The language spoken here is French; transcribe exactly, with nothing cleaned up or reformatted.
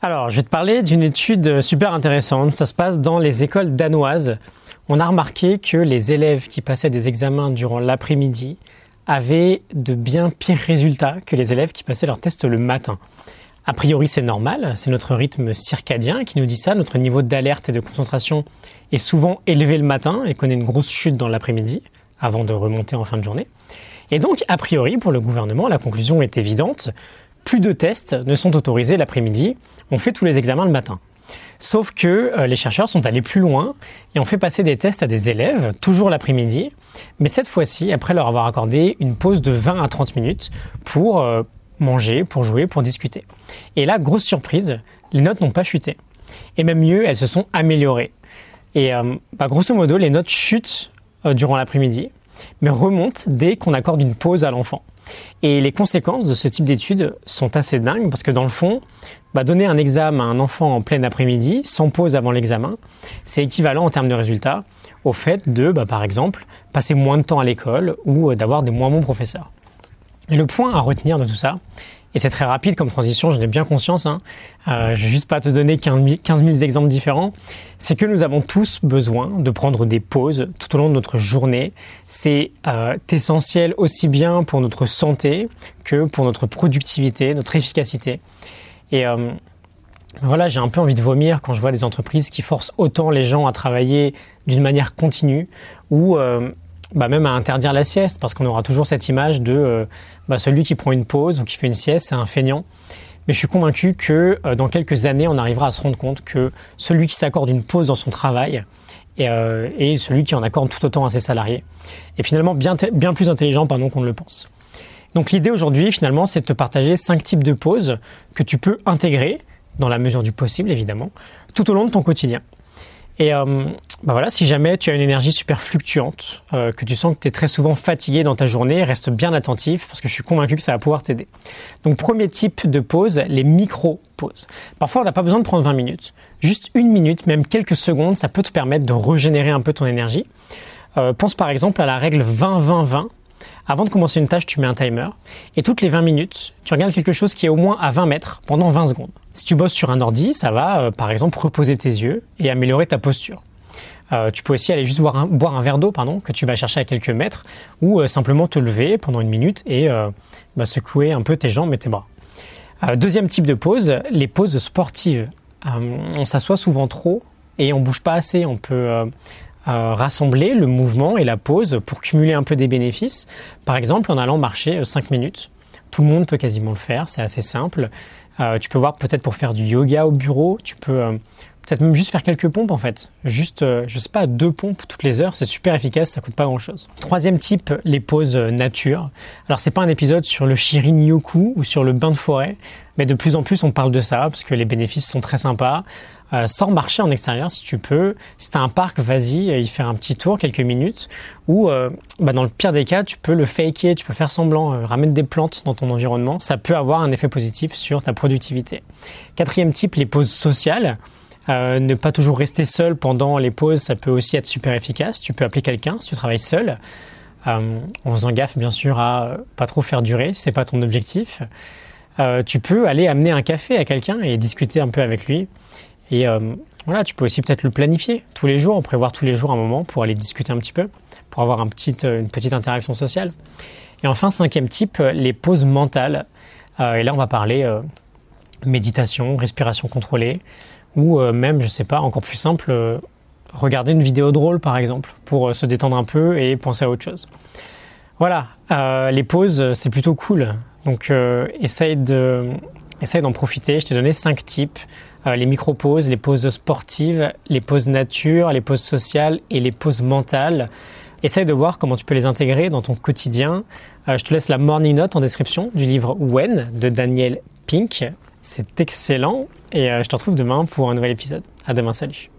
Alors, je vais te parler d'une étude super intéressante. Ça se passe dans les écoles danoises. On a remarqué que les élèves qui passaient des examens durant l'après-midi avaient de bien pires résultats que les élèves qui passaient leurs tests le matin. A priori, c'est normal. C'est notre rythme circadien qui nous dit ça. Notre niveau d'alerte et de concentration est souvent élevé le matin et connaît une grosse chute dans l'après-midi avant de remonter en fin de journée. Et donc, a priori, pour le gouvernement, la conclusion est évidente. Plus de tests ne sont autorisés l'après-midi. On fait tous les examens le matin. Sauf que euh, les chercheurs sont allés plus loin et ont fait passer des tests à des élèves, toujours l'après-midi, mais cette fois-ci, après leur avoir accordé une pause de vingt à trente minutes pour euh, manger, pour jouer, pour discuter. Et là, grosse surprise, les notes n'ont pas chuté. Et même mieux, elles se sont améliorées. Et euh, bah, grosso modo, les notes chutent euh, durant l'après-midi, mais remontent dès qu'on accorde une pause à l'enfant. Et les conséquences de ce type d'études sont assez dingues parce que dans le fond, bah donner un examen à un enfant en plein après-midi, sans pause avant l'examen, c'est équivalent en termes de résultats au fait de, bah, par exemple, passer moins de temps à l'école ou d'avoir des moins bons professeurs. Et le point à retenir de tout ça, et c'est très rapide comme transition, j'en ai bien conscience, hein, euh, je ne vais juste pas te donner quinze mille exemples différents, c'est que nous avons tous besoin de prendre des pauses tout au long de notre journée. C'est euh, essentiel aussi bien pour notre santé que pour notre productivité, notre efficacité. Et euh, voilà, j'ai un peu envie de vomir quand je vois des entreprises qui forcent autant les gens à travailler d'une manière continue ou euh, bah même à interdire la sieste parce qu'on aura toujours cette image de euh, bah celui qui prend une pause ou qui fait une sieste, c'est un feignant. Mais je suis convaincu que euh, dans quelques années, on arrivera à se rendre compte que celui qui s'accorde une pause dans son travail est, euh, est celui qui en accorde tout autant à ses salariés. Et finalement, bien, bien plus intelligent pardon, qu'on ne le pense. Donc l'idée aujourd'hui, finalement, c'est de te partager cinq types de pauses que tu peux intégrer, dans la mesure du possible évidemment, tout au long de ton quotidien. Et euh, bah voilà, si jamais tu as une énergie super fluctuante, euh, que tu sens que tu es très souvent fatigué dans ta journée, reste bien attentif parce que je suis convaincu que ça va pouvoir t'aider. Donc premier type de pause, les micro-pauses. Parfois on n'a pas besoin de prendre vingt minutes. Juste une minute, même quelques secondes, ça peut te permettre de régénérer un peu ton énergie. Euh, pense par exemple à la règle vingt vingt vingt. Avant de commencer une tâche, tu mets un timer et toutes les vingt minutes, tu regardes quelque chose qui est au moins à vingt mètres pendant vingt secondes. Si tu bosses sur un ordi, ça va euh, par exemple reposer tes yeux et améliorer ta posture. Euh, tu peux aussi aller juste boire un, boire un verre d'eau pardon, que tu vas chercher à quelques mètres ou euh, simplement te lever pendant une minute et euh, bah, secouer un peu tes jambes et tes bras. Euh, deuxième type de pause, les pauses sportives. Euh, on s'assoit souvent trop et on bouge pas assez. On peut euh, euh, rassembler le mouvement et la pause pour cumuler un peu des bénéfices. Par exemple, en allant marcher cinq minutes. Tout le monde peut quasiment le faire, c'est assez simple. Euh, tu peux voir peut-être pour faire du yoga au bureau, tu peux euh, peut-être même juste faire quelques pompes en fait. Juste, euh, je sais pas, deux pompes toutes les heures, c'est super efficace, ça coûte pas grand-chose. Troisième type, les pauses nature. Alors c'est pas un épisode sur le Shirin-yoku ou sur le bain de forêt, mais de plus en plus on parle de ça parce que les bénéfices sont très sympas. Euh, sors marcher en extérieur si tu peux. Si tu as un parc, vas-y, y faire un petit tour, quelques minutes. Ou euh, bah dans le pire des cas, tu peux le faker, tu peux faire semblant, euh, ramener des plantes dans ton environnement. Ça peut avoir un effet positif sur ta productivité. Quatrième type, les pauses sociales. Euh, ne pas toujours rester seul pendant les pauses, ça peut aussi être super efficace. Tu peux appeler quelqu'un si tu travailles seul. Euh, en faisant gaffe, bien sûr, à euh, pas trop faire durer, si c'est pas ton objectif. Euh, tu peux aller amener un café à quelqu'un et discuter un peu avec lui. Et euh, voilà, tu peux aussi peut-être le planifier tous les jours, prévoir tous les jours un moment pour aller discuter un petit peu, pour avoir un petit, une petite interaction sociale. Et enfin, cinquième type, les pauses mentales. Euh, et là, on va parler euh, méditation, respiration contrôlée, ou euh, même, je sais pas, encore plus simple, euh, regarder une vidéo drôle par exemple, pour euh, se détendre un peu et penser à autre chose. Voilà, euh, les pauses, c'est plutôt cool. Donc, euh, essaye de, essaye d'en profiter. Je t'ai donné cinq types. Euh, les micro-pauses, les pauses sportives, les pauses nature, les pauses sociales et les pauses mentales. Essaye de voir comment tu peux les intégrer dans ton quotidien. Euh, je te laisse la morning note en description du livre When de Daniel Pink. C'est excellent et euh, je te retrouve demain pour un nouvel épisode. À demain, salut.